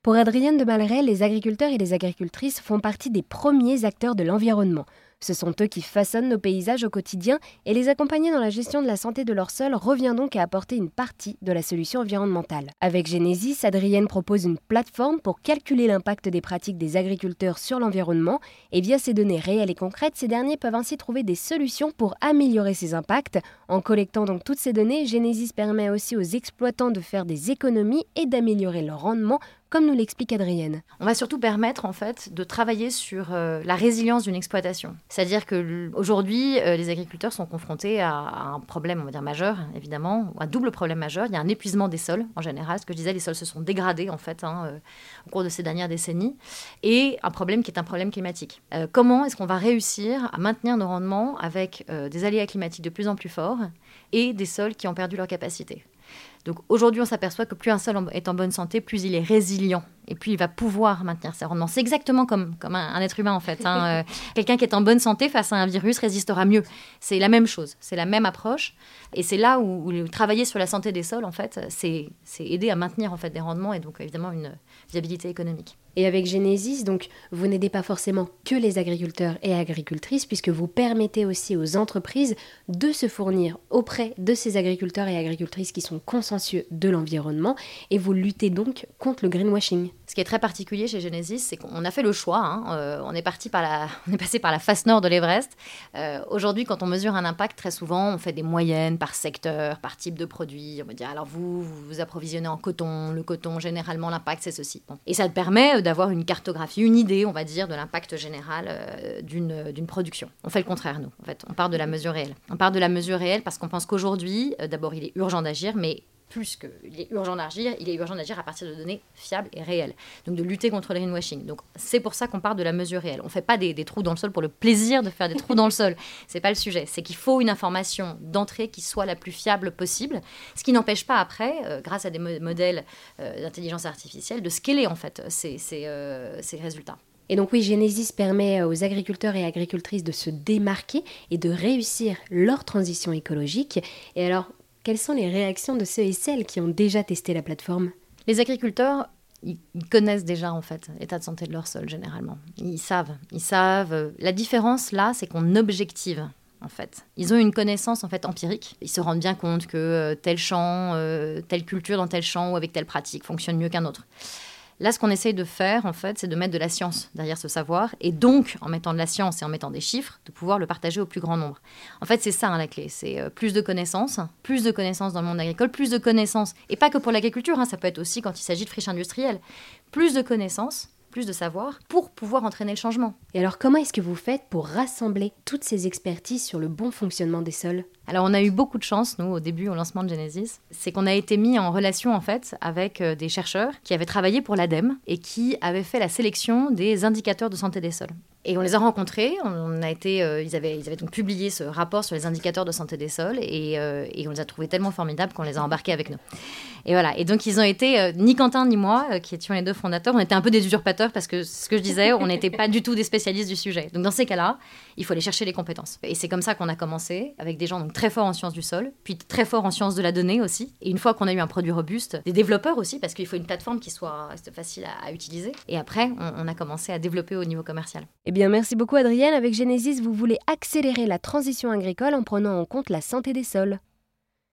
Pour Adrienne de Malray, les agriculteurs et les agricultrices font partie des premiers acteurs de l'environnement. Ce sont eux qui façonnent nos paysages au quotidien et les accompagner dans la gestion de la santé de leur sol revient donc à apporter une partie de la solution environnementale. Avec Genesis, Adrienne propose une plateforme pour calculer l'impact des pratiques des agriculteurs sur l'environnement et via ces données réelles et concrètes, ces derniers peuvent ainsi trouver des solutions pour améliorer ces impacts. En collectant donc toutes ces données, Genesis permet aussi aux exploitants de faire des économies et d'améliorer leur rendement, comme nous l'explique Adrienne. On va surtout permettre en fait de travailler sur la résilience d'une exploitation. C'est-à-dire qu'aujourd'hui, les agriculteurs sont confrontés à un problème, on va dire majeur, évidemment, un double problème majeur. Il y a un épuisement des sols en général. Ce que je disais, les sols se sont dégradés en fait au cours de ces dernières décennies, et un problème qui est un problème climatique. Comment est-ce qu'on va réussir à maintenir nos rendements avec des aléas climatiques de plus en plus forts et des sols qui ont perdu leur capacité? Donc aujourd'hui, on s'aperçoit que plus un sol est en bonne santé, plus il est résilient. Et puis, il va pouvoir maintenir ses rendements. C'est exactement comme un être humain, en fait. Quelqu'un qui est en bonne santé face à un virus résistera mieux. C'est la même chose, c'est la même approche. Et c'est là où travailler sur la santé des sols, en fait, c'est aider à maintenir en fait, des rendements et donc, évidemment, une viabilité économique. Et avec Genesis, donc, vous n'aidez pas forcément que les agriculteurs et agricultrices, puisque vous permettez aussi aux entreprises de se fournir auprès de ces agriculteurs et agricultrices qui sont consciencieux de l'environnement, et vous luttez donc contre le greenwashing. Ce qui est très particulier chez Genesis, c'est qu'on a fait le choix. On est passé par la face nord de l'Everest. Aujourd'hui, quand on mesure un impact, très souvent, on fait des moyennes par secteur, par type de produit. On va dire, alors vous approvisionnez en coton. Le coton, généralement, l'impact, c'est ceci. Bon. Et ça te permet d'avoir une cartographie, une idée, on va dire, de l'impact général d'une production. On fait le contraire, nous. En fait, on part de la mesure réelle. On part de la mesure réelle parce qu'on pense qu'aujourd'hui, d'abord, il est urgent d'agir, mais plus qu'il est urgent d'agir, il est urgent d'agir à partir de données fiables et réelles. Donc de lutter contre le greenwashing. Donc c'est pour ça qu'on part de la mesure réelle. On ne fait pas des trous dans le sol pour le plaisir de faire des trous dans le sol. C'est pas le sujet. C'est qu'il faut une information d'entrée qui soit la plus fiable possible. Ce qui n'empêche pas après, grâce à des modèles d'intelligence artificielle, de scaler en fait ces résultats. Et donc oui, Genesis permet aux agriculteurs et agricultrices de se démarquer et de réussir leur transition écologique. Et alors, quelles sont les réactions de ceux et celles qui ont déjà testé la plateforme ? Les agriculteurs, ils connaissent déjà en fait l'état de santé de leur sol généralement. Ils savent. La différence là, c'est qu'on objective en fait. Ils ont une connaissance en fait empirique. Ils se rendent bien compte que tel champ, telle culture dans tel champ ou avec telle pratique fonctionne mieux qu'un autre. Là, ce qu'on essaye de faire, en fait, c'est de mettre de la science derrière ce savoir, et donc, en mettant de la science et en mettant des chiffres, de pouvoir le partager au plus grand nombre. En fait, c'est ça la clé, c'est plus de connaissances dans le monde agricole, plus de connaissances, et pas que pour l'agriculture, ça peut être aussi quand il s'agit de friches industrielles, plus de connaissances, plus de savoir, pour pouvoir entraîner le changement. Et alors, comment est-ce que vous faites pour rassembler toutes ces expertises sur le bon fonctionnement des sols ? Alors, on a eu beaucoup de chance, nous, au début, au lancement de Genesis. C'est qu'on a été mis en relation, en fait, avec des chercheurs qui avaient travaillé pour l'ADEME et qui avaient fait la sélection des indicateurs de santé des sols. Et on les a rencontrés, ils avaient donc publié ce rapport sur les indicateurs de santé des sols et on les a trouvés tellement formidables qu'on les a embarqués avec nous. Et voilà, et donc ils ont été, ni Quentin ni moi, qui étions les deux fondateurs, on était un peu des usurpateurs parce que ce que je disais, on n'était pas du tout des spécialistes du sujet. Donc dans ces cas-là, il faut aller chercher les compétences. Et c'est comme ça qu'on a commencé, avec des gens donc, très forts en sciences du sol, puis très forts en sciences de la donnée aussi. Et une fois qu'on a eu un produit robuste, des développeurs aussi, parce qu'il faut une plateforme qui soit facile à utiliser. Et après, on a commencé à développer au niveau commercial. Eh bien, merci beaucoup Adrienne. Avec Genesis, vous voulez accélérer la transition agricole en prenant en compte la santé des sols.